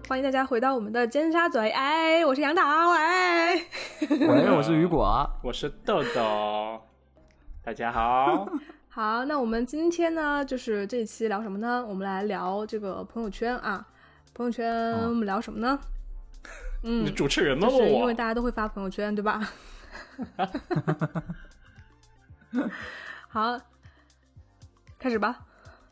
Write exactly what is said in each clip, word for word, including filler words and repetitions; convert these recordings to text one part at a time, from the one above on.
欢迎大家回到我们的尖沙咀。哎，我是杨桃。哎， 喂，我是雨果， 我是豆豆。大家好。 好，那我们今天呢，就是这一期聊什么呢？我们来聊这个朋友圈啊。朋友圈我们聊什么呢？嗯， 你主持人吗？ 就是因为大家都会发朋友圈，对吧？好，开始吧。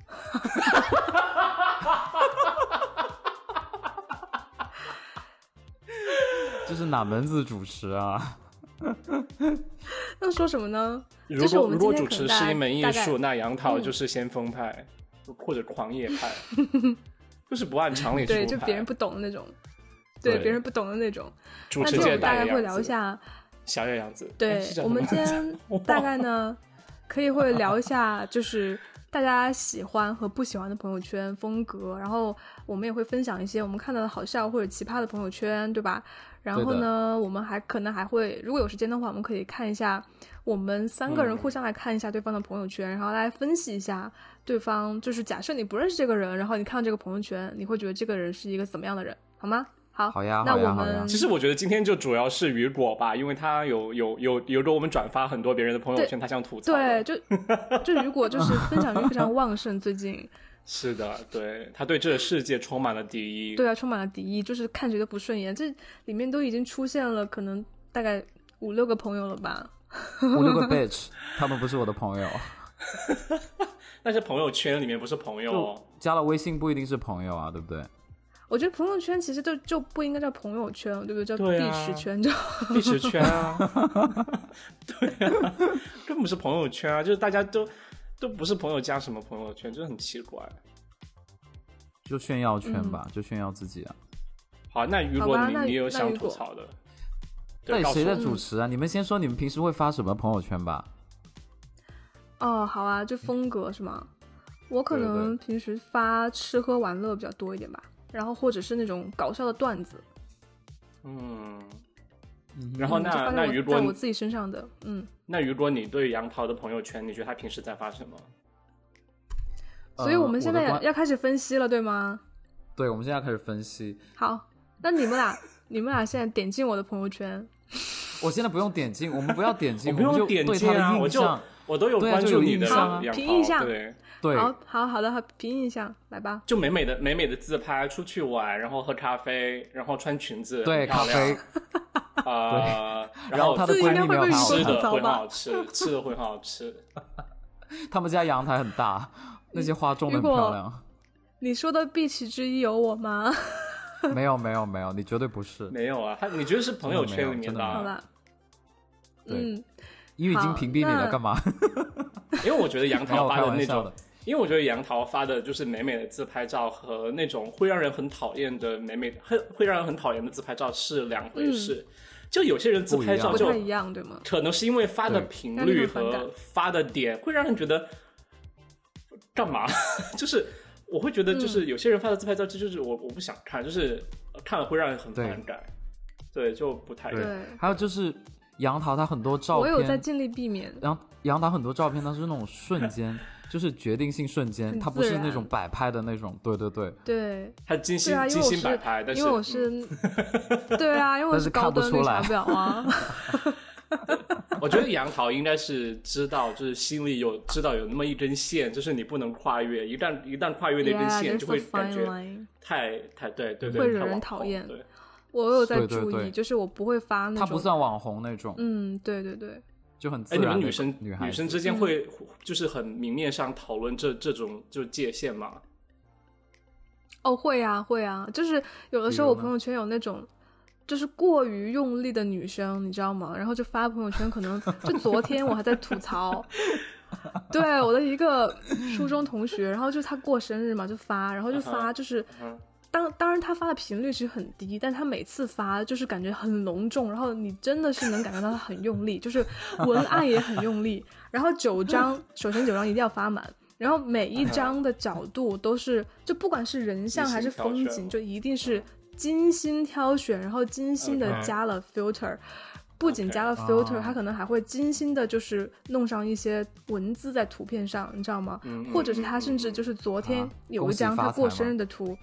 这是哪门子主持啊？ 那说什么呢？ 如果如果主持是一门艺术， 嗯、 那杨桃就是先锋派、嗯、或者狂野派，就是不按常理出牌， 对，就别人不懂的那种，对，对别人不懂的那种。 主持界大概会聊一下小野洋子。 对，我们今天大概呢可以会聊一下，就是大家喜欢和不喜欢的朋友圈风格，然后我们也会分享一些我们看到的好笑或者奇葩的朋友圈，对吧？然后呢，我们还可能还会，如果有时间的话，我们可以看一下，我们三个人互相来看一下对方的朋友圈，嗯、然后来分析一下对方。就是假设你不认识这个人，然后你看到这个朋友圈，你会觉得这个人是一个怎么样的人，好吗？好， 好呀， 那我们其实我觉得今天就主要是雨果吧，因为他有有有有着我们转发很多别人的朋友圈，他想吐槽。 对，就就雨果就是分享欲非常旺盛，最近。 是的，对，他对这个世界充满了敌意。 对啊，充满了敌意，就是看谁都不顺眼。这里面都已经出现了可能大概五六个朋友了吧？ 五六个 bitch， 他们不是我的朋友。 那是朋友圈里面不是朋友哦， 加了微信不一定是朋友啊，对不对？ 我觉得朋友圈其实就就不应该叫朋友圈，对不对？叫历史圈，叫历史圈啊。对啊，根本不是朋友圈啊，就是大家都都不是朋友加什么朋友圈，就很奇怪。 就炫耀圈吧，嗯、就炫耀自己啊。 好，那如果你你有想吐槽的， 到底谁在主持啊？你们先说你们平时会发什么朋友圈吧。 哦，好啊，就风格是吗？我可能平时发吃喝玩乐比较多一点吧。然后或者是那种搞笑的段子， 嗯，然后那、嗯、那如果在我自己身上的，嗯， 那如果你对杨桃的朋友圈，你觉得他平时在发什么？ 所以我们现在要、 呃、 要开始分析了，对吗？ 对，我们现在开始分析。 好，那你们俩，你们俩现在点进我的朋友圈。 我现在不用点进，我们不要点进， 我不用点进啊，我就我都有关注你的啊， 凭印象， 对对， 好好好的，好，凭印象来吧。 就美美的美美的自拍，出去玩，然后喝咖啡，然后穿裙子， 对，咖啡， 呃， 然后她的闺蜜没有她好吃的会很好吃，吃的会很好吃。 他们家阳台很大，那些花种的很漂亮。 你说的 bitch 之一有我吗？ 没有没有没有，你绝对不是。 没有啊，他你觉得是朋友圈里面的、啊？ 好吧， 嗯，因为已经屏蔽你了，干嘛？ 因为我觉得杨桃发的那种，因为我觉得杨桃发的就是美美的自拍照和那种会让人很讨厌的美美会会让人很讨厌的自拍照是两回事。嗯、就有些人自拍照就不太一样，对吗？ 可能是因为发的频率和发的点会让人觉得干嘛？就是我会觉得，就是有些人发的自拍照，这就是我我不想看，就是看了会让人很反感。对，对就不太对。还有就是杨桃他很多照片， 我有在尽力避免。 杨杨桃很多照片，它是那种瞬间，就是决定性瞬间，它不是那种摆拍的那种。对对对， 对， 他精心、啊、精心摆拍，但是因为我是，对啊，因为我是高端绿茶婊啊。 我觉得杨桃应该是知道，就是心里有知道有那么一根线，就是你不能跨越，一旦一旦跨越那根线， yeah, 就会感觉太太对对对， 会惹人讨厌。我有在注意， 对对对， 就是我不会发那种， 他不算网红那种。 嗯，对对对， 就很自然。 哎，你们女生女女生之间会就是很明面上讨论这这种就界限吗？ 哦，会啊会啊，就是有的时候我朋友圈有那种。就是过于用力的女生，你知道吗？然后就发朋友圈，可能就昨天我还在吐槽，对我的一个初中同学，然后就他过生日嘛，就发，然后就发，就是当当然他发的频率其实很低，但他每次发就是感觉很隆重，然后你真的是能感觉到他很用力，就是文案也很用力，然后九张，首先九张一定要发满。然后每一张的角度都是，就不管是人像还是风景，就一定是精心挑选，然后精心的加了 filter， 不仅加了 filter， 它可能还会精心的就是弄上一些文字在图片上，你知道吗？或者是他甚至就是昨天有一张他过生日的图，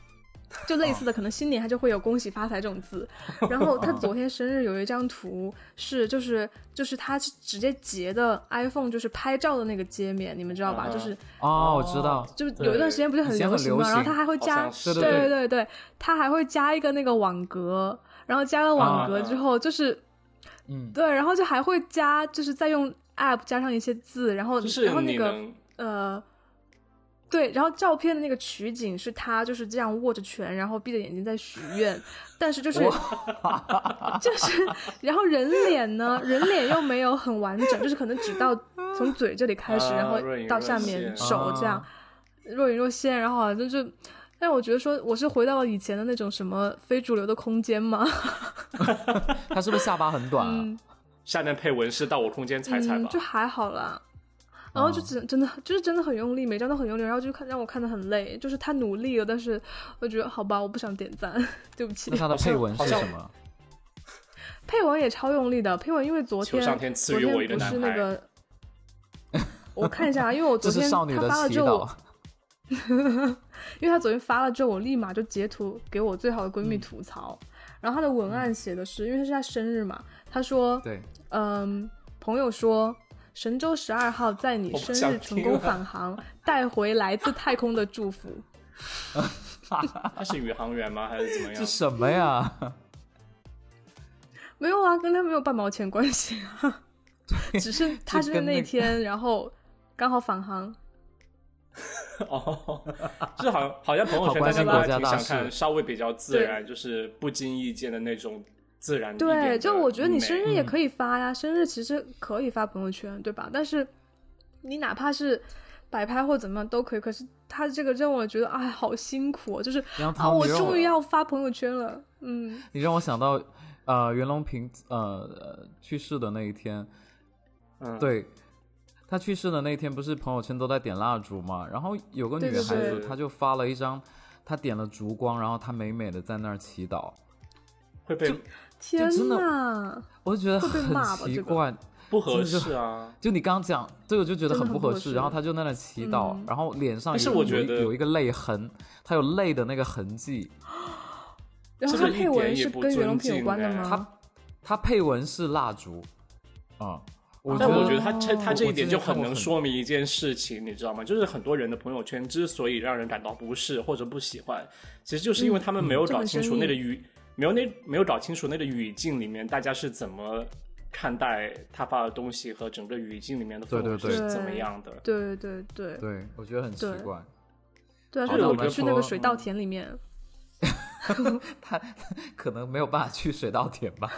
就类似的，可能新年他就会有恭喜发财这种字。然后他昨天生日有一张图是就是就是他直接截的 iPhone 就是拍照的那个界面，你们知道吧？ 嗯、 就是哦，我知道， 就有一段时间不是很流行嘛，然后他还会加， 对对对对对，他还会加一个那个网格，然后加了网格之后就是， 嗯， 对，然后就还会加，就是再用 App 加上一些字，然后然后那个呃。对，然后照片的那个取景是他就是这样握着拳，然后闭着眼睛在许愿，但是就是就是，然后人脸呢，人脸又没有很完整，就是可能只到从嘴这里开始， 啊、 然后到下面手这样， 啊、 若隐若现，然后好像就是，但我觉得说我是回到了以前的那种什么非主流的空间吗？ 他是不是下巴很短啊？ 嗯、 下面配纹是到我空间踩踩吧、 嗯，就还好啦。然后就真真的就是真的很用力，每张都很用力，然后就看让我看得很累。就是他努力了，但是我觉得好吧，我不想点赞，对不起。 那他的配文是什么？ 配文也超用力的，配文因为昨天求上天赐予我一个男孩。 昨天不是那个，我看一下，因为我昨天他发了之后，因为他昨天发了之后，我立马就截图给我最好的闺蜜吐槽。嗯、然后他的文案写的是，因为他是他生日嘛，他说， 对， 嗯，朋友说。神舟十二号在你生日成功返航，带回来自太空的祝福。 他是宇航员吗？还是怎么样？ 这什么呀？ 没有啊，跟他没有半毛钱关系啊。只是他是那天，那然后刚好返航。 哦，就是好像好像朋友圈大家都还挺想看稍微比较自然，就是不经意间的那种。自然对，就我觉得你生日也可以发呀、嗯、生日其实可以发朋友圈对吧，但是你哪怕是摆拍或怎么样都可以，可是他这个任务我觉得哎好辛苦、哦、就是啊我终于要发朋友圈了。嗯， 你让我想到呃袁隆平呃去世的那一天。嗯，对，他去世的那一天不是朋友圈都在点蜡烛嘛，然后有个女孩子对对对她就发了一张她点了烛光，然后她美美的在那儿祈祷， 会被天哪， 我就觉得很奇怪， 不合适啊！ 就你刚刚讲，对，我就觉得很不合适。然后他就在那祈祷， 嗯、 然后脸上有我觉得有一个泪痕，他有泪的那个痕迹。 然后他配文是跟袁隆平有关的吗？ 他他配文是蜡烛啊、嗯。我但我觉得他这他这一点就很能说明一件事情，你知道吗？就是很多人的朋友圈之所以让人感到不适或者不喜欢，其实就是因为他们没有找清楚那个语。嗯没有那没有找清楚那个语境里面大家是怎么看待他发的东西和整个语境里面的氛围是怎么样的。 对对对对, 对, 对我觉得很奇怪。 对啊，他怎么去那个水稻田里面？ 他可能没有办法去水稻田吧。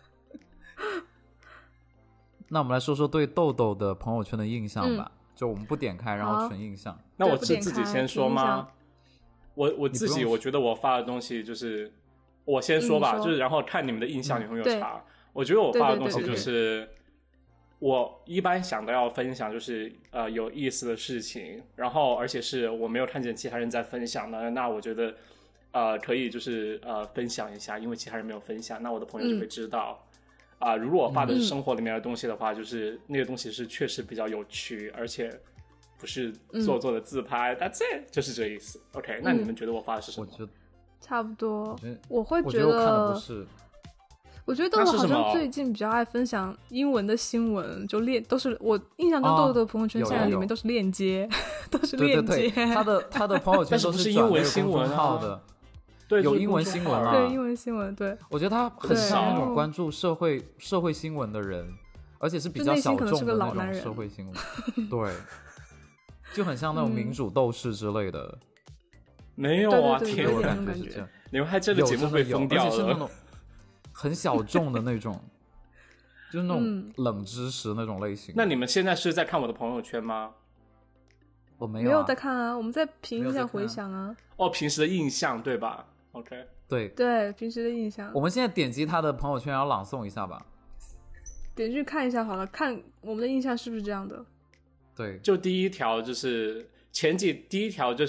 那我们来说说对豆豆的朋友圈的印象吧、嗯、就我们不点开然后纯印象。 那我自自己先说吗？我我自己我觉得我发的东西就是我先说吧、嗯、说就是然后看你们的印象有没有差、嗯、我觉得我发的东西就是我一般想到要分享就是呃有意思的事情，然后而且是我没有看见其他人在分享的，那我觉得呃可以就是呃分享一下，因为其他人没有分享，那我的朋友就会知道啊、嗯呃。如果我发的是生活里面的东西的话、嗯、就是那个东西是确实比较有趣，而且不是做作的自拍、嗯、that's it 就是这意思。 OK、嗯、那你们觉得我发的是什么？ 我觉得差不多， 我, 我会觉得我看的不是， 我觉得豆豆好像最近比较爱分享英文的新闻，就链都是我印象中豆豆的朋友圈现在里面都是链接、哦、都是链接。 对对对，他的他的朋友圈都是英文新闻号的， 对， 有英文新闻啊， 对英文新闻，对。 我觉得他很像那种关注社会社会新闻的人，而且是比较小众的那种社会新闻，对，就很像那种民主斗士之类的。 嗯没有啊， 对对对给我感觉是这样。 你们还真的节目被封掉了， 而且是那种很小众的那种，就是那种冷知识那种类型、嗯。 那你们现在是在看我的朋友圈吗？ 我没有、啊， 没有在看啊，我们在凭印象回想啊。 哦，平时的印象对吧 ？OK， 对对，平时的印象。 我们现在点击他的朋友圈，要朗诵一下吧。 点进去看一下好了，看我们的印象是不是这样的？ 对， 就第一条就是前几第一条就是。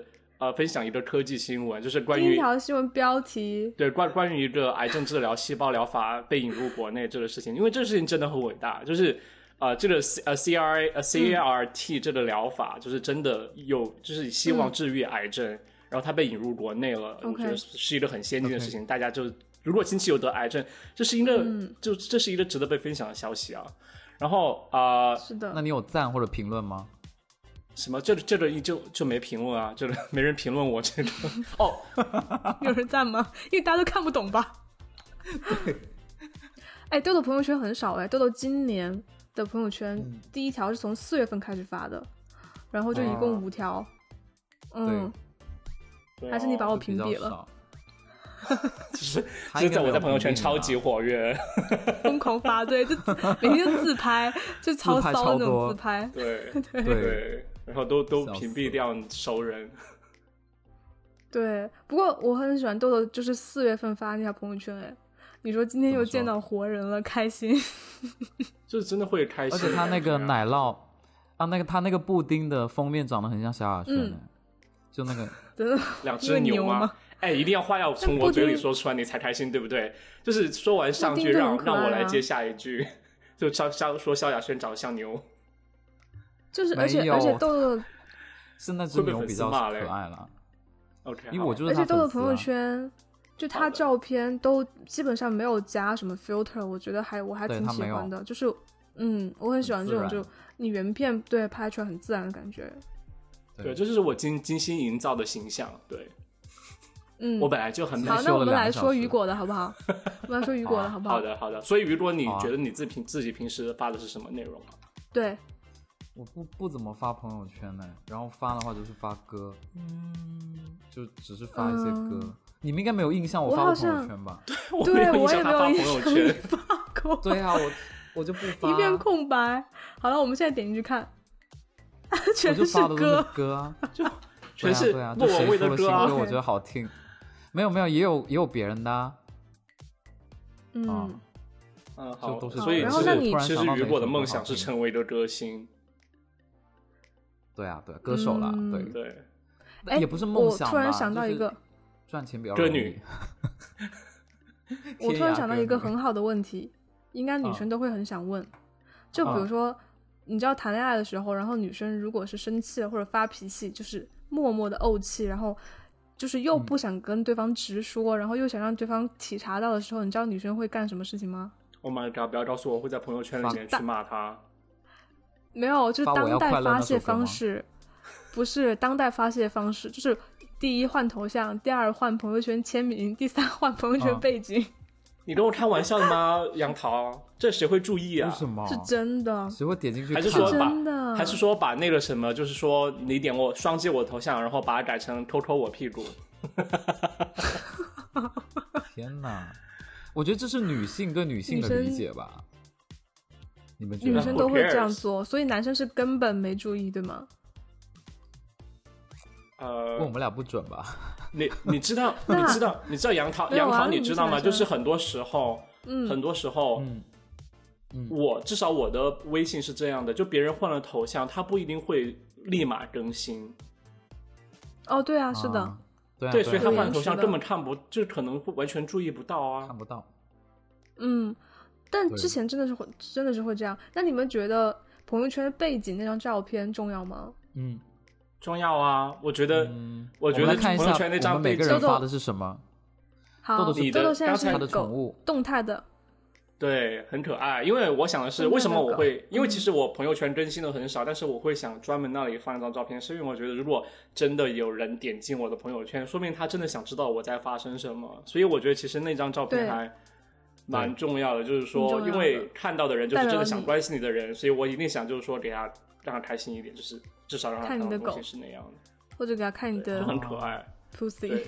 呃，分享一个科技新闻，就是关于第一条新闻标题， 对，关关于一个癌症治疗细胞疗法被引入国内这个事情，因为这个事情真的很伟大，就是呃，这个 C 呃 C R A 呃 C A R T 这个疗法、嗯、就是真的有，就是希望治愈癌症、嗯， 然后它被引入国内了， Okay. 我觉得是一个很先进的事情。Okay. 大家就如果亲戚有得癌症，这是一个、嗯、就这是一个值得被分享的消息啊。然后啊、呃， 是的， 那你有赞或者评论吗？ 什么？这这个就就没评论啊，这个没人评论我这个。哦， 有人赞吗？因为大家都看不懂吧？ 对。 哎，豆豆朋友圈很少哎，豆豆今年的朋友圈、嗯、第一条是从四月份开始发的，然后就一共五条。啊、嗯，还是你把我屏蔽了。 就是就是在我在朋友圈超级活跃， 疯狂发，对，就每天就自拍，就超骚的那种自拍， 对对对，然后都都屏蔽掉熟人。 对，不过我很喜欢豆豆，就是四月份发那条朋友圈，哎，你说今天又见到活人了，开心， 就是真的会开心。 而且他那个奶酪啊，那个他那个布丁的封面长得很像萧亚轩、嗯，就那个真的两只牛吗？哎，一定要话要从我嘴里说出来，你才开心，对不对？就是说完上句让，让让我来接下一句，就萧萧说萧亚轩长得像牛， 就是而且而且豆豆是那只牛比较可爱了。 OK， 因为我就是他、 啊、而且豆豆朋友圈就他照片都基本上没有加什么 filter， 我觉得还我还挺喜欢的，就是嗯，我很喜欢这种就你原片对拍出来很自然的感觉。 对，这就是我精精心营造的形象，对。 嗯， 我本来就很好，那我们来说雨果的好不好？我们来说雨果的好不好？ 好的，好的。所以雨果，你觉得你自己平、啊、自己平时发的是什么内容啊？ 对， 我不不怎么发朋友圈呢，然后发的话就是发歌，嗯，就只是发一些歌。嗯、你们应该没有印象我发过朋友圈吧？ 对， 我也没有印象他发朋友圈发过。 对啊，我我就不发， 一片空白。好了，我们现在点进去看，全是歌，我就发的都是歌啊， 就全是莫文蔚的歌啊， 我觉得好听。没有没有，也有也有别人的、啊， 嗯、 啊、嗯好， 都是所以然后那你其实雨果的梦想是成为一个歌星， 对啊对，歌手啦， 嗯、 对对， 哎， 也不是梦想吧， 我突然想到一个， 赚、就是、钱比较歌女， 我突然想到一个很好的问题，应该女生都会很想问，啊、就比如说、啊、你知道谈恋爱的时候，然后女生如果是生气了或者发脾气，就是默默的怄气，然后。就是又不想跟对方直说、嗯、然后又想让对方体察到的时候，你知道女生会干什么事情吗？ Oh my god， 不要告诉我会在朋友圈里面去骂他。 没有，就是当代发泄方式，不是当代发泄方式，就是第一换头像，第二换朋友圈签名，第三换朋友圈背景、啊、 你跟我开玩笑的吗？杨桃，这谁会注意啊？ 为什么？ 是真的， 谁会点进去看？ 还是说把真的？ 还是说把那个什么，就是说你点我双击我头像，然后把它改成抠抠我屁股？ 天哪！我觉得这是女性对女性的理解吧？你们觉得？ 女生都会这样做，所以男生是根本没注意，对吗？ 呃， 问我们俩不准吧？ 你你知道你知道你知道杨桃杨桃你知道吗？就是很多时候， 嗯， 很多时候， 嗯。嗯、 我至少我的微信是这样的，就别人换了头像，他不一定会立马更新。 哦，对啊，是的， 啊对, 啊对，所以他换头像根本看不，就可能会完全注意不到啊， 看不到。 嗯，但之前真的是会，真的是会这样。那你们觉得朋友圈背景那张照片重要吗？ 嗯， 重要啊，我觉得， 嗯、 我觉得朋友圈那张背景， 每个人发的是什么？ 好， 豆豆豆豆现在是他的宠物动态的。 对，很可爱。因为我想的是，为什么我会？因为其实我朋友圈更新的很少，嗯、但是我会想专门那里放一张照片，是因为我觉得如果真的有人点进我的朋友圈，说明他真的想知道我在发生什么。所以我觉得其实那张照片还蛮重要的，就是说，因为看到的人就是真的想关心你的人，所以我一定想就是说给他让他开心一点，就是至少让他看你的狗是那样的， 或者给他看你的， 很可爱 pussy。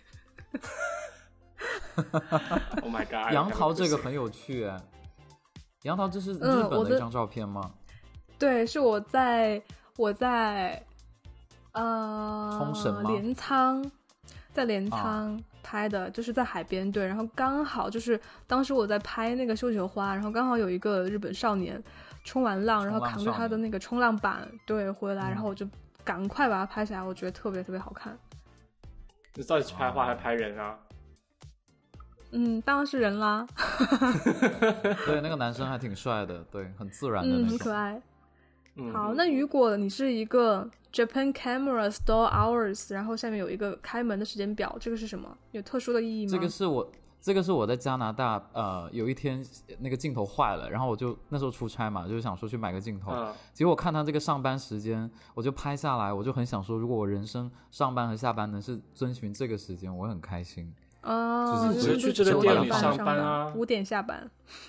Oh my god！ 杨桃这个很有趣哎，杨桃这是日本的一张照片吗？ 嗯、对，是我在我在呃冲绳吗？ 镰仓，在镰仓拍的，啊、就是在海边。对，然后刚好就是当时我在拍那个绣球花，然后刚好有一个日本少年冲完浪，然后扛着他的那个冲浪板对回来，嗯、然后我就赶快把它拍下来，我觉得特别特别好看。 你到底是拍花还拍人啊？ 嗯，当然是人啦。 对，那个男生还挺帅的，对，很自然的那种， 嗯，很可爱。 嗯、 好，那如果你是一个 Japan Camera Store Hours， 然后下面有一个开门的时间表，这个是什么？有特殊的意义吗？ 这个是我这个是我在加拿大，呃，有一天那个镜头坏了，然后我就那时候出差嘛，就是想说去买个镜头， 嗯、 结果看他这个上班时间，我就拍下来，我就很想说，如果我人生上班和下班能是遵循这个时间，我会很开心。 哦， 就是就去这个店里上班啊， 五点下班。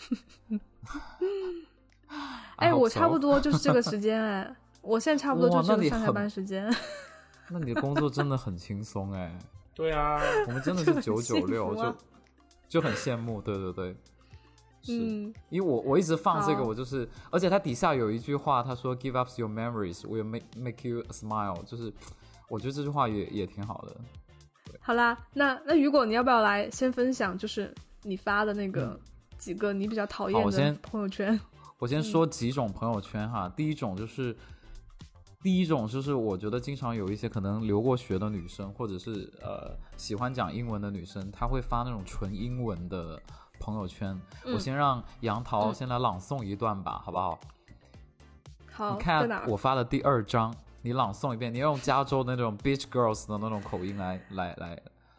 哎，我差不多就是这个时间哎，我现在差不多就是这个上下班时间。 那你的工作真的很轻松哎。 对啊， 我们真的是九九六，就就很羡慕，对对对，是、嗯、因为我我一直放这个，我就是，而且它底下有一句话，他说 "Give up your memories, will make make you smile"， 就是我觉得这句话也也挺好的。 好啦，那那如果你要不要来先分享，就是你发的那个几个你比较讨厌的朋友圈？ 我先说几种朋友圈哈，嗯、第一种就是。第一种就是我觉得经常有一些可能留过学的女生，或者是呃喜欢讲英文的女生，她会发那种纯英文的朋友圈。嗯、我先让杨桃先来朗诵一段吧，嗯、好不好？ 好， 你看我发的第二章，你朗诵一遍，你要用加州的那种 Beach Girls 的那种口音来来来。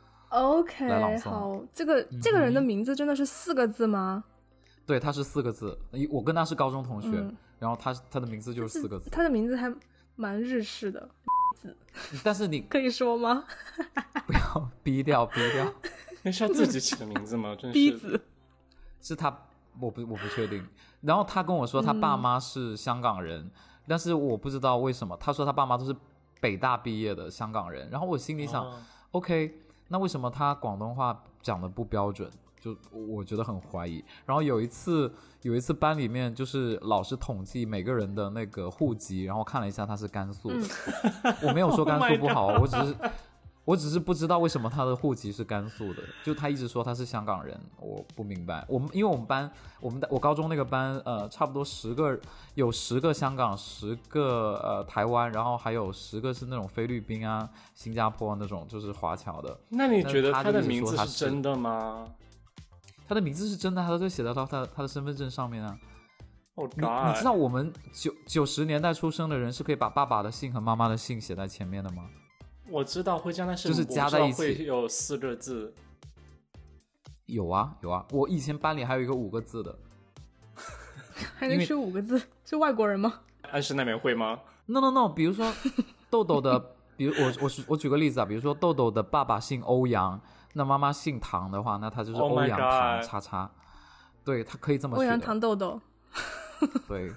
OK， 来朗诵好，这个这个人的名字真的是四个字吗？ 嗯、对，他是四个字。我跟他是高中同学，嗯、然后他他的名字就是四个字。 他的名字还蛮日式的， 但是你可以说吗？ 不要逼掉逼掉， 那是他自己起的名字吗？真是逼子是他，我不我不确定。然后他跟我说他爸妈是香港人，嗯、但是我不知道为什么。他说他爸妈都是北大毕业的香港人，然后我心里想、哦、，OK， 那为什么他广东话讲的不标准？就我觉得很怀疑。然后有一次有一次班里面就是老师统计每个人的那个户籍，然后看了一下他是甘肃的、嗯、我没有说甘肃不好、oh、我只是我只是不知道为什么他的户籍是甘肃的，就他一直说他是香港人，我不明白。我们因为我们班我们我高中那个班呃差不多十个，有十个香港，十个呃台湾，然后还有十个是那种菲律宾啊新加坡那种就是华侨的。 那你觉得他的名字是真的吗？ 他的名字是真的，他都写到他他的身份证上面啊。 Oh 你, 你知道我们九九十年代出生的人是可以把爸爸的姓和妈妈的姓写在前面的吗？ 我知道会这样，但是就是加在一起会有四个字。 有啊有啊，我以前班里还有一个五个字的。 还能是五个字？是外国人吗？ 安室奈美惠吗 ？No No No， 比如说豆豆的，比如我我我举个例子啊，比如说豆豆的爸爸姓欧阳。那妈妈姓唐的话，那他就是欧阳唐叉叉， oh、对，他可以这么写的。 欧阳唐豆豆。 对。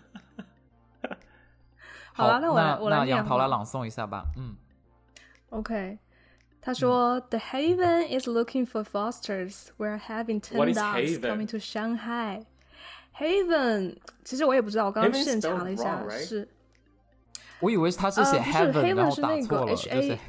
好了，那我来， 我来，那杨桃来朗诵一下吧。嗯。 OK， 他说、嗯、：“The Haven is looking for fosters. We're having ten dogs coming to Shanghai. Haven， 其实我也不知道，我刚刚现查了一下， wrong, right? 是。 我以为他是写 heaven，、呃、然后打错了， 是那个 H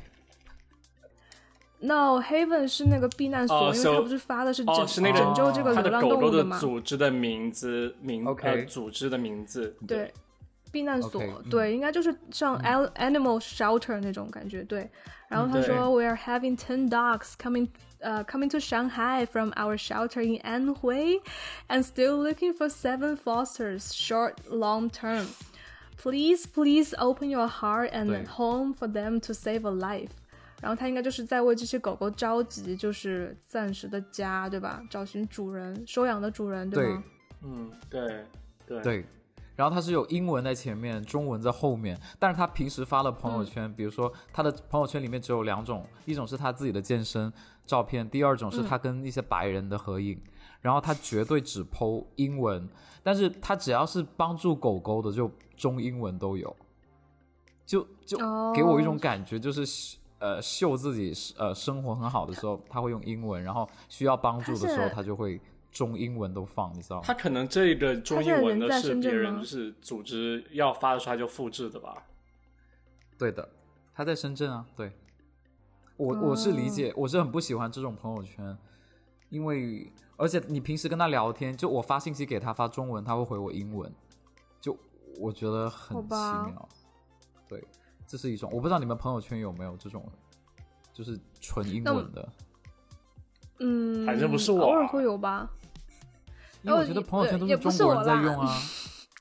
A。No, Haven 是那个避难所， oh, 因为他不是发的是拯、 oh, 是那个拯救这个流浪动物的嘛？ 他的狗狗的组织的名字，名、 okay. 呃组织的名字， 对，避难所， okay, 对、 嗯， 应该就是像 animal shelter 那种感觉，对。然后他说、嗯、，We are having ten dogs coming, uh, coming to Shanghai from our shelter in Anhui, and still looking for seven fosters, short, long term. Please, please open your heart and home for them to save a life. 然后他应该就是在为这些狗狗召集，就是暂时的家，对吧？找寻主人，收养的主人，对吗？ 对，嗯，对，对， 对。然后他是有英文在前面，中文在后面。但是他平时发的朋友圈、嗯、比如说他的朋友圈里面只有两种，一种是他自己的健身照片，第二种是他跟一些白人的合影、嗯、然后他绝对只 po 英文，但是他只要是帮助狗狗的就中英文都有，就就给我一种感觉，就是、oh. 呃秀自己呃生活很好的时候他会用英文，然后需要帮助的时候他就会中英文都放，你知道吗？ 他可能这个中英文的是别人就是组织要发的时候他就复制的吧？ 对的，他在深圳啊。对，我我是理解，我是很不喜欢这种朋友圈，因为而且你平时跟他聊天，就我发信息给他发中文，他会回我英文，就我觉得很奇妙。对，这是一种，我不知道你们朋友圈有没有这种，就是纯英文的。 嗯， 反正不是我、啊， 偶尔会有吧。 因为我觉得朋友圈都是中国人在用啊。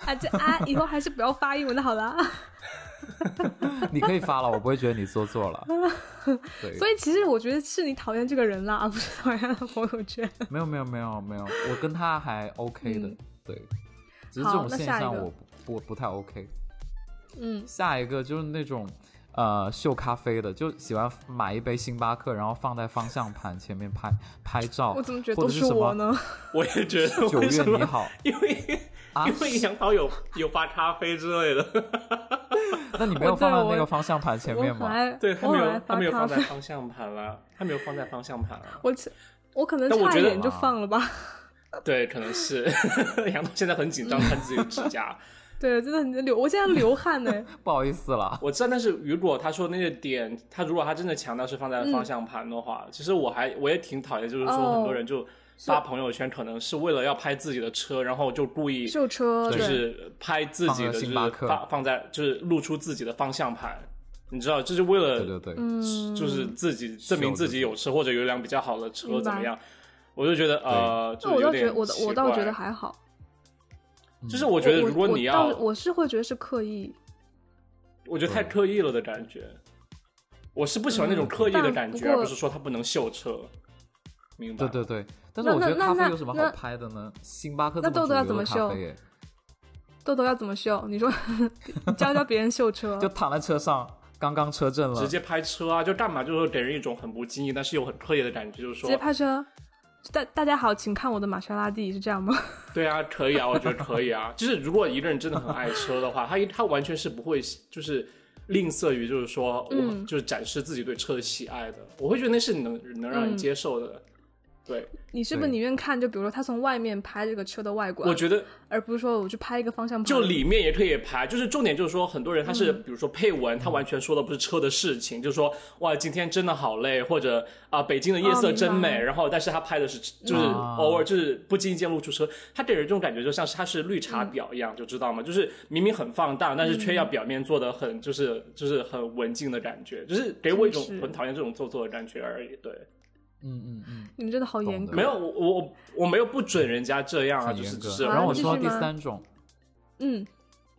啊这啊，以后还是不要发英文的好了。 你可以发了，我不会觉得你做作了。对， 所以其实我觉得是你讨厌这个人啦，而不是讨厌他的朋友圈。 没有没有没有没有，我跟他还 OK 的，嗯、对，只是这种现象我不我不太 OK。 嗯， 下一个就是那种呃秀咖啡的，就喜欢买一杯星巴克，然后放在方向盘前面拍拍照。 我怎么觉得都是我呢？ 我也觉得。 九月你好， 因为、啊、因为杨桃有有发咖啡之类的。 那你没有放在那个方向盘前面吗？ 对，他没有，他没有放在方向盘了，他没有放在方向盘了。 我我可能差一点就放了吧。 对，可能是杨桃现在很紧张看自己的指甲。 对，真的很流，我现在流汗呢。 不好意思了， 我知道，但是如果他说那个点，他如果他真的强调是放在方向盘的话，嗯、其实我还我也挺讨厌，就是说很多人就发朋友圈，可能是为了要拍自己的车，然后就故意秀车， 就是拍自己的，就是放放在就是露出自己的方向盘，你知道，就是为了对对对， 就是自己证明自己有车或者有一辆比较好的车怎么样？我就觉得呃，就有点我我倒觉得还好。 就是我觉得如果你要我, 我, 我是会觉得是刻意， 我觉得太刻意了的感觉，我是不喜欢那种刻意的感觉、嗯、而不是说他不能秀车，明白？ 对对对，但是我觉得咖啡有什么好拍的呢？星巴克这么主流的咖啡，那豆豆要怎么秀？ 豆豆要怎么秀？你说教教别人秀车， 就躺在车上，刚刚车震了， 直接拍车啊，就干嘛？就是给人一种很不经意但是又很刻意的感觉，就是说直接拍车。大大家好，请看我的玛莎拉蒂，是这样吗？ 对啊，可以啊，我觉得可以啊。就是如果一个人真的很爱车的话，他他完全是不会就是吝啬于就是说，嗯、我就是展示自己对车的喜爱的。我会觉得那是能能让人接受的。嗯、对， 你是不是宁愿看，就比如说他从外面拍这个车的外观？ 我觉得， 而不是说我去拍一个方向盘。 就里面也可以拍，就是重点就是说，很多人他是、嗯、比如说配文，他完全说的不是车的事情，就是说哇，今天真的好累，或者啊、呃，北京的夜色真美，哦、然后但是他拍的是就是偶尔就是不经意间露出车，他给人这种感觉就像是他是绿茶婊一样，嗯、就知道吗？就是明明很放大，但是却要表面做的很就是就是很文静的感觉，就是给我一种很讨厌这种做作的感觉而已。对。 嗯嗯嗯， 你们真的好严格。 没有，我我我没有不准人家这样啊，就是只是。 然后我说第三种， 嗯，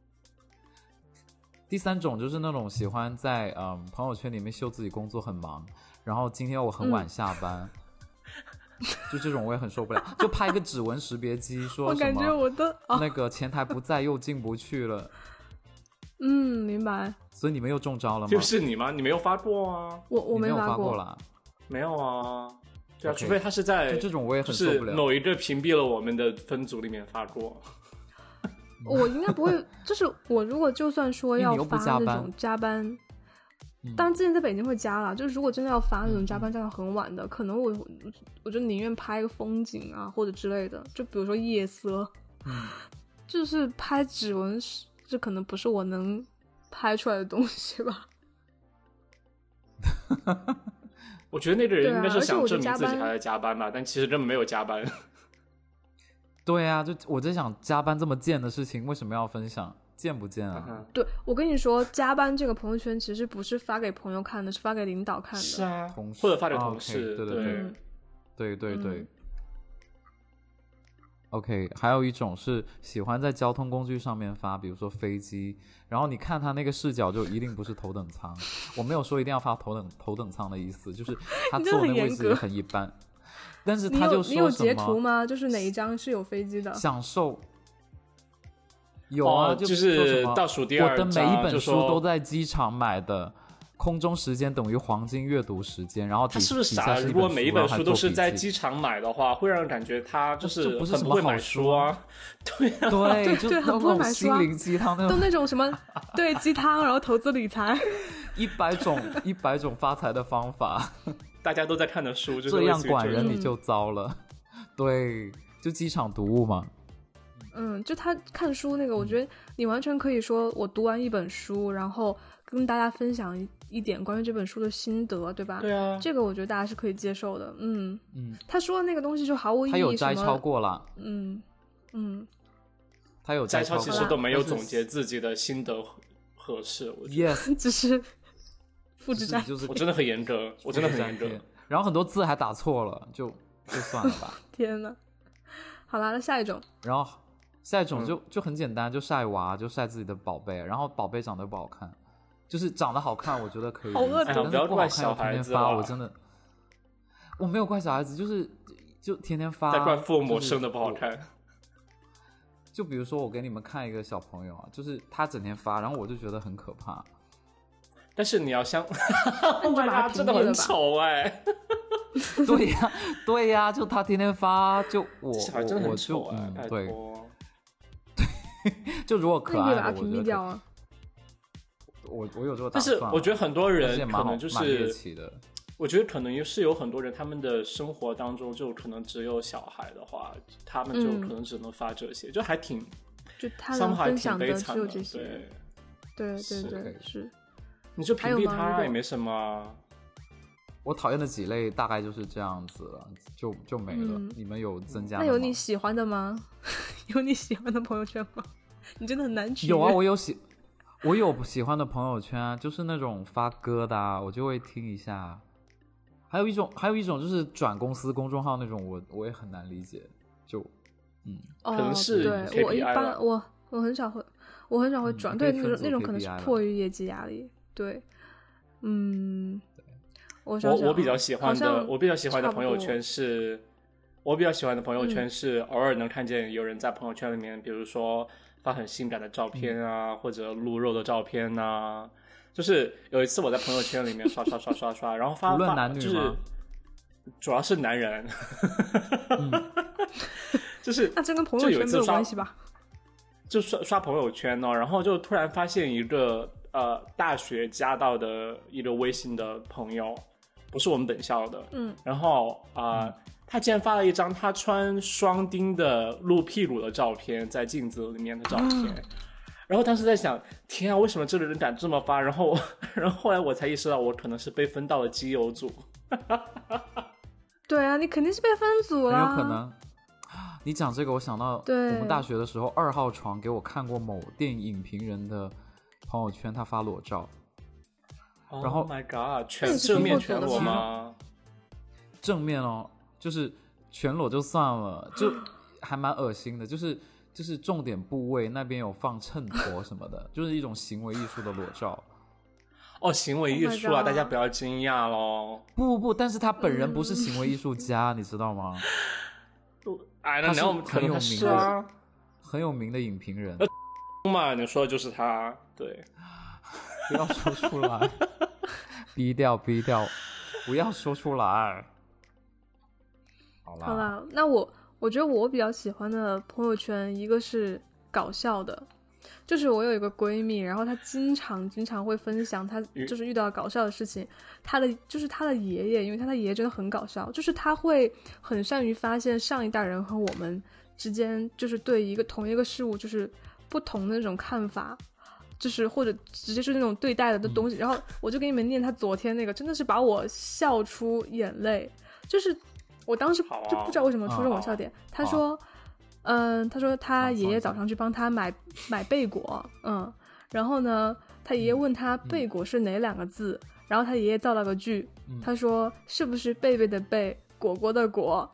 第三种就是那种喜欢在嗯朋友圈里面秀自己工作很忙，然后今天我很晚下班，嗯、就这种我也很受不了。就拍一个指纹识别机，说什么我感觉我的、哦、 那个前台不在又进不去了。 嗯，明白。 所以你们又中招了吗？ 就是你吗？你没有发过啊？ 我我没有发过啦。 没有啊，对啊， okay, 除非他是在就这种我也很受不了， 就是某一个屏蔽了我们的分组里面发过。 我应该不会，就是我如果就算说要发那种加班， 嗯、 当然之前在北京会加啦，就是如果真的要发那种加班加到很晚的，嗯、可能我我就宁愿拍个风景啊或者之类的，就比如说夜色， 嗯、 就是拍指纹，这可能不是我能拍出来的东西吧。 我觉得那个人应该是想证明自己还在加班吧，啊、但其实根本没有加班。 对啊，就我在想，加班这么贱的事情，为什么要分享？贱不贱啊？ 嗯、 对，我跟你说，加班这个朋友圈其实不是发给朋友看的，是发给领导看的。 是啊，或者发给同事。 哦、okay, 对对对， 嗯、 对对对。 嗯、 OK， 还有一种是喜欢在交通工具上面发，比如说飞机，然后你看他那个视角就一定不是头等舱。我没有说一定要发头等头等舱的意思，就是他坐那位置也很一般。但是他就说什么？ 你有截图吗？就是哪一张是有飞机的？ 享受。有啊， 哦、就是倒数第二张，我的每一本书都在机场买的。空中时间等于黄金阅读时间，然后他是不是傻？如果每一本书都是在机场买的话，会让人感觉他就是很不会买书啊。对啊， 对， 就很不会买书啊， 心灵鸡汤那种， 都那种什么对鸡汤，然后投资理财， 一百种一百种发财的方法， 大家都在看的书，就是这样管人你就糟了。嗯、对，就机场读物嘛。 嗯，就他看书那个，我觉得你完全可以说我读完一本书，然后跟大家分享一点关于这本书的心得，对吧？ 对啊， 这个我觉得大家是可以接受的。嗯嗯， 他说的那个东西就毫无意义， 他有摘抄过了。 嗯嗯， 他有摘抄， 其实都没有总结自己的心得合适。我觉得 yes， 只是复制粘， 就是我真的很严格，我真的很严格。 然后很多字还打错了，就就算了吧。 天哪！好啦，那下一种。 然后晒种就、嗯、就很简单，就晒娃，就晒自己的宝贝，然后宝贝长得不好看，就是长得好看，我觉得可以理解，但是不好看又天天发，我真的我没有怪小孩子，就是就天天发， 在怪父母生的不好看。 就比如说我给你们看一个小朋友啊，就是他整天发，然后我就觉得很可怕。 但是你要相，Oh my god，真的很丑哎、欸。 对呀、啊，对呀、啊，就他天天发，就我小孩真的很丑哎、 欸， 嗯，对，对，就如果可爱的， 我觉得啊， 我我有这个打算。 但是我觉得很多人可能就是猎奇的。 我觉得可能是有很多人，他们的生活当中就可能只有小孩的话，他们就可能只能发这些，嗯、就还挺， 就他能分享的只有这些。对对对对，是。 你就屏蔽他也没什么。 我讨厌的几类大概就是这样子了，就就没了。嗯、你们有增加的吗？ 那有你喜欢的吗？有你喜欢的朋友圈吗？你真的很难取。 有啊，我有喜，我有喜欢的朋友圈，就是那种发歌的、啊，我就会听一下。还有一种，还有一种就是转公司公众号那种，我我也很难理解。就嗯， 哦、 可能是对我一般我我很少会，我很少会转。嗯、对，那种那种可能是迫于业绩压力。对，嗯。我想想我我比较喜欢的，我比较喜欢的朋友圈是，我比较喜欢的朋友圈是偶尔能看见有人在朋友圈里面，嗯、比如说发很性感的照片啊，嗯、或者露肉的照片啊。就是有一次我在朋友圈里面刷刷刷刷刷，然后发无论男女吗？ 就是主要是男人， 嗯、 就是那这跟朋友圈没有关系吧？ 就刷刷朋友圈哦，然后就突然发现一个呃大学加到的一个微信的朋友。不是我们本校的， 嗯， 然后啊、呃嗯，他竟然发了一张他穿双钉的露屁股的照片，在镜子里面的照片，嗯、然后当时在想，天啊，为什么这个人敢这么发？然后，然后后来我才意识到，我可能是被分到了基友组。 对啊，你肯定是被分组了， 很有可能。你讲这个，我想到我们大学的时候，二号床给我看过某电影评人的朋友圈，他发裸照。然后 ，Oh my God， 全正面全裸吗？ 正面哦，就是全裸就算了，就还蛮恶心的，就是就是重点部位那边有放衬托什么的，就是一种行为艺术的裸照。 哦，行为艺术啊， oh、大家不要惊讶咯。 不不不，但是他本人不是行为艺术家，嗯、你知道吗？ 哎，那我们很有名的、 啊、 很有名的影评人。 嘛，你说的就是他，对。 不要说出来，逼掉逼掉，不要说出来。好啦， 好啦，那我我觉得我比较喜欢的朋友圈，一个是搞笑的，就是我有一个闺蜜，然后她经常经常会分享她就是遇到搞笑的事情，她的就是她的爷爷，因为她的爷爷真的很搞笑，就是她会很善于发现上一代人和我们之间就是对一个同一个事物就是不同的那种看法。就是或者直接是那种对待的东西、嗯、然后我就给你们念他昨天那个，真的是把我笑出眼泪，就是我当时就不知道为什么出这种笑点、啊、他说嗯、呃，他说他爷爷早上去帮他买、啊、买贝果，嗯，然后呢他爷爷问他贝果是哪两个字、嗯、然后他爷爷造了个句、嗯、他说是不是贝贝的贝果果的果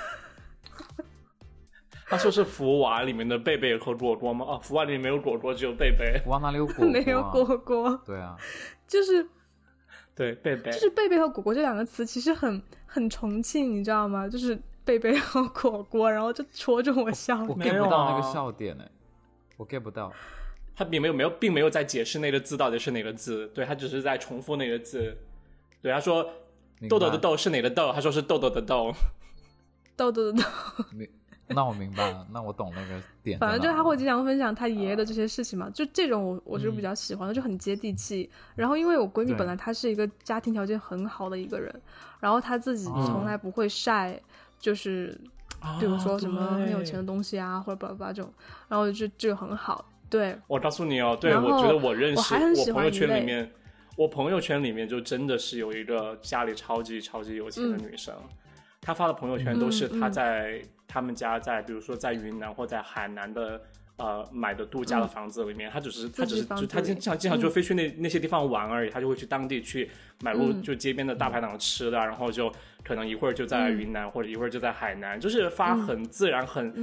他说是福娃里面的贝贝和果果吗？啊，福娃里面没有果果，只有贝贝。 福娃哪里有果果、啊？ 没有果果。 对啊， 就是对贝贝， 就是贝贝和果果这两个词其实很很重庆，你知道吗？就是贝贝和果果，然后就戳中我笑。 我 get 不到那个笑点哎，我 get 不到。 他并没有没有并没有在解释那个字到底是哪个字，对他只是在重复那个字。对，他说豆豆的豆是哪个豆？他说是豆豆的豆。 豆豆的豆。 那我明白了，那我懂那个点。 反正就是他会经常分享他爷爷的这些事情嘛，就这种我我是比较喜欢的、嗯，就很接地气。然后因为我闺蜜本来她是一个家庭条件很好的一个人，然后她自己从来不会晒，就是比如说什么很有钱的东西啊，或者巴拉巴拉这种，然后就这个很好。对， 我告诉你哦，对，我觉得我认识我, 我朋友圈里面，我朋友圈里面就真的是有一个家里超级超级有钱的女生，嗯、她发的朋友圈都是她在。嗯嗯他们家在比如说在云南或在海南的呃买的度假的房子里面，嗯、他只是他只是就他经常经常就飞去那、嗯、那些地方玩而已，他就会去当地去买路、嗯、就街边的大排档吃的，然后就可能一会儿就在云南、嗯、或者一会儿就在海南，就是发很自然很、嗯、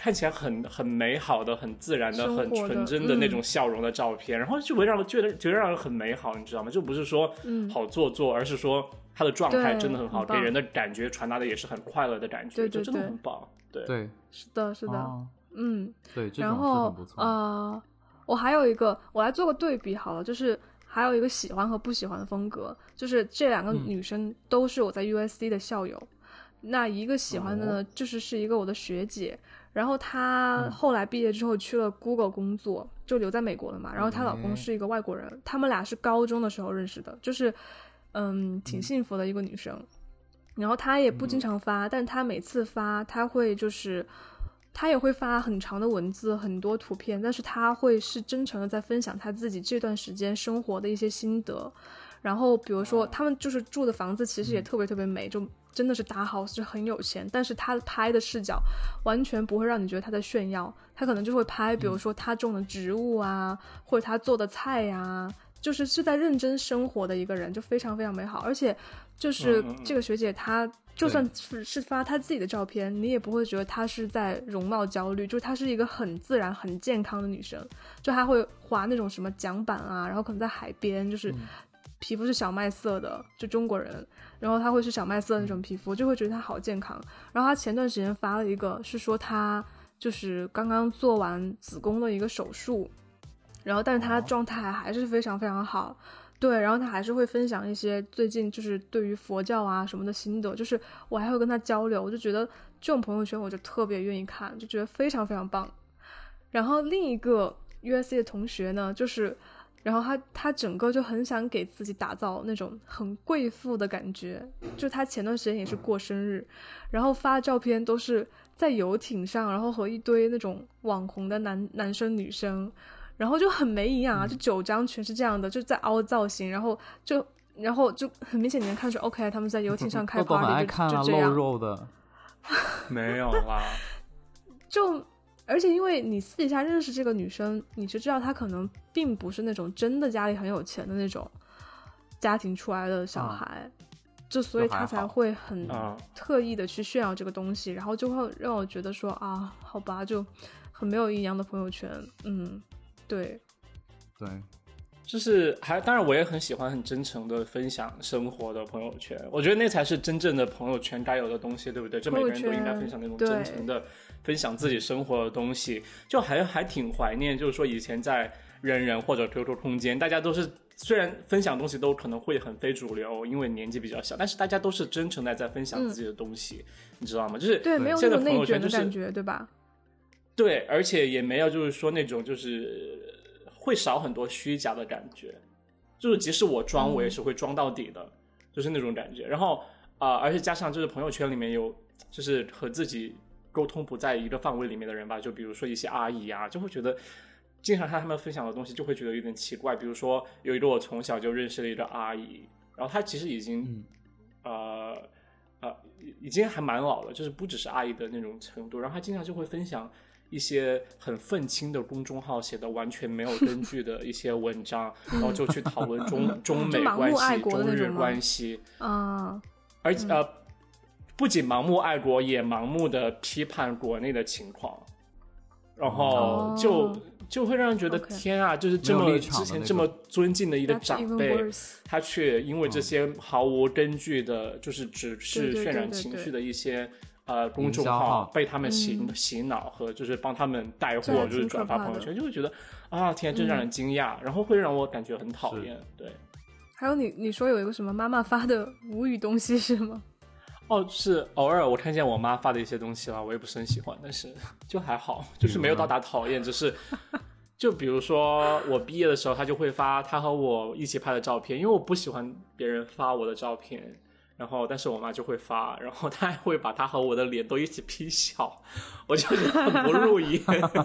看起来很很美好的、很自然的、 的很纯真的那种笑容的照片，嗯、然后就会让人觉得觉得让人很美好，你知道吗？就不是说好做作，嗯、而是说他的状态真的很好，给人的感觉传达的也是很快乐的感觉， 对对对， 就真的很棒。对对， 是的，是的，哦、嗯， 对，这种然后是很不错。 呃，我还有一个，我来做个对比好了，就是还有一个喜欢和不喜欢的风格，就是这两个女生都是我在 U S C 的校友。嗯、那一个喜欢的呢，哦、就是是一个我的学姐，然后她后来毕业之后去了 Google 工作，就留在美国了嘛。然后她老公是一个外国人，他们俩是高中的时候认识的，就是嗯，挺幸福的一个女生。然后她也不经常发，但她每次发，她会就是她也会发很长的文字，很多图片，但是她会是真诚的在分享她自己这段时间生活的一些心得。然后比如说他们就是住的房子其实也特别特别美，就真的是大 house， 就很有钱，但是他拍的视角完全不会让你觉得他在炫耀，他可能就会拍比如说他种的植物啊，或者他做的菜啊，就是是在认真生活的一个人，就非常非常美好。而且就是这个学姐她就算是是发她自己的照片，你也不会觉得她是在容貌焦虑，就是她是一个很自然很健康的女生，就她会滑那种什么桨板啊，然后可能在海边，就是皮肤是小麦色的，就中国人，然后她会是小麦色的那种皮肤，就会觉得她好健康。然后她前段时间发了一个是说她就是刚刚做完子宫的一个手术，然后但是她状态还是非常非常好，对，然后她还是会分享一些最近就是对于佛教啊什么的心得，就是我还会跟她交流，我就觉得这种朋友圈我就特别愿意看，就觉得非常非常棒。然后另一个 U S C 的同学呢，就是然后他他整个就很想给自己打造那种很贵妇的感觉，就他前段时间也是过生日，然后发照片都是在游艇上，然后和一堆那种网红的男男生女生，然后就很没营养啊，就九张全是这样的，就在凹造型，然后就然后就很明显你能看出 OK 他们在游艇上开 party 就, 爱看、啊、 就这样露肉的没有啦就而且因为你私底下认识这个女生，你就知道她可能并不是那种真的家里很有钱的那种家庭出来的小孩、嗯、就所以她才会很特意的去炫耀这个东西、嗯、然后就会让我觉得说啊，好吧，就很没有营养的朋友圈。嗯，对对， 就是还当然我也很喜欢很真诚的分享生活的朋友圈，我觉得那才是真正的朋友圈该有的东西，对不对？这每个人都应该分享那种真诚的分享自己生活的东西。就还还挺怀念，就是说以前在人人或者 Q Q 空间，大家都是虽然分享东西都可能会很非主流，因为年纪比较小，但是大家都是真诚的在分享自己的东西、嗯、你知道吗？就是对，没有那种内卷的感觉，对吧？ 对，而且也没有就是说那种就是会少很多虚假的感觉，就是即使我装、嗯、我也是会装到底的，就是那种感觉。然后啊、呃，而且加上就是朋友圈里面有就是和自己沟通不在一个范围里面的人吧，就比如说一些阿姨啊，就会觉得经常看他们分享的东西就会觉得有点奇怪。比如说有一个我从小就认识的一个阿姨，然后她其实已经、嗯、呃呃已经还蛮老了，就是不只是阿姨的那种程度，然后她经常就会分享一些很愤青的公众号写的完全没有根据的一些文章然后就去讨论中中美关系中日关系啊， 而且、嗯、呃不仅盲目爱国，也盲目的批判国内的情况，然后就、oh, 就会让人觉得、okay. 天啊，就是这么之前这么尊敬的一个长辈，他却因为这些毫无根据的就是只是渲染情绪的一些呃公众号被他们洗、嗯、洗脑和就是帮他们带货，就是转发朋友圈，就会觉得啊天，真让人惊讶、嗯、然后会让我感觉很讨厌。对， 还有你你说有一个什么妈妈发的无语东西是吗？ 哦，是偶尔我看见我妈发的一些东西了，我也不是很喜欢，但是就还好，就是没有到达讨厌，只是就比如说我毕业的时候，她就会发她和我一起拍的照片，因为我不喜欢别人发我的照片，然后但是我妈就会发，然后她还会把她和我的脸都一起 P 小，我就觉得很不入眼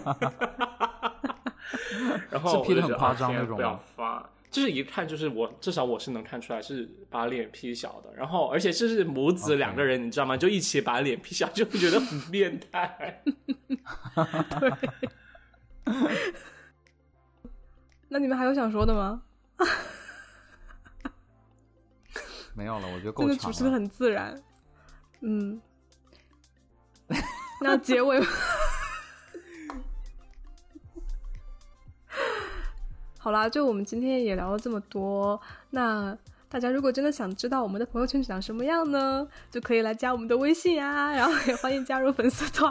然后我就觉得是 P 得很夸张那种吗？ 不要发，就是一看就是我至少我是能看出来是把脸 P 小的，然后而且这是母子两个人、okay. 你知道吗？就一起把脸 P 小，就会觉得很变态对那你们还有想说的吗？ 没有了，我觉得够长了， 真的主持的很自然。嗯那结尾好啦，就我们今天也聊了这么多，那大家如果真的想知道我们的朋友圈长什么样呢，就可以来加我们的微信啊，然后也欢迎加入粉丝团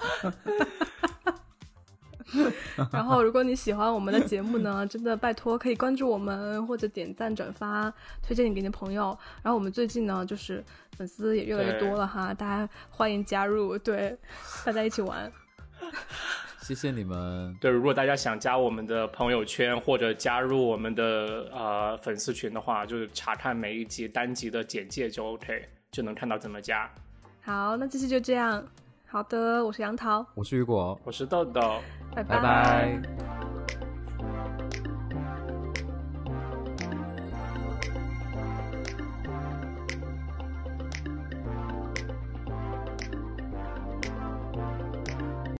然后如果你喜欢我们的节目呢，真的拜托可以关注我们，或者点赞转发推荐你给你的朋友。然后我们最近呢就是粉丝也越来越多了哈，大家欢迎加入，对，大家一起玩谢谢你们。 对，如果大家想加我们的朋友圈或者加入我们的呃粉丝群的话，就是查看每一集单集的简介就 OK， 就能看到怎么加。 好，那这期就这样。好的，我是杨桃， 我是雨果， 我是豆豆， 拜拜拜。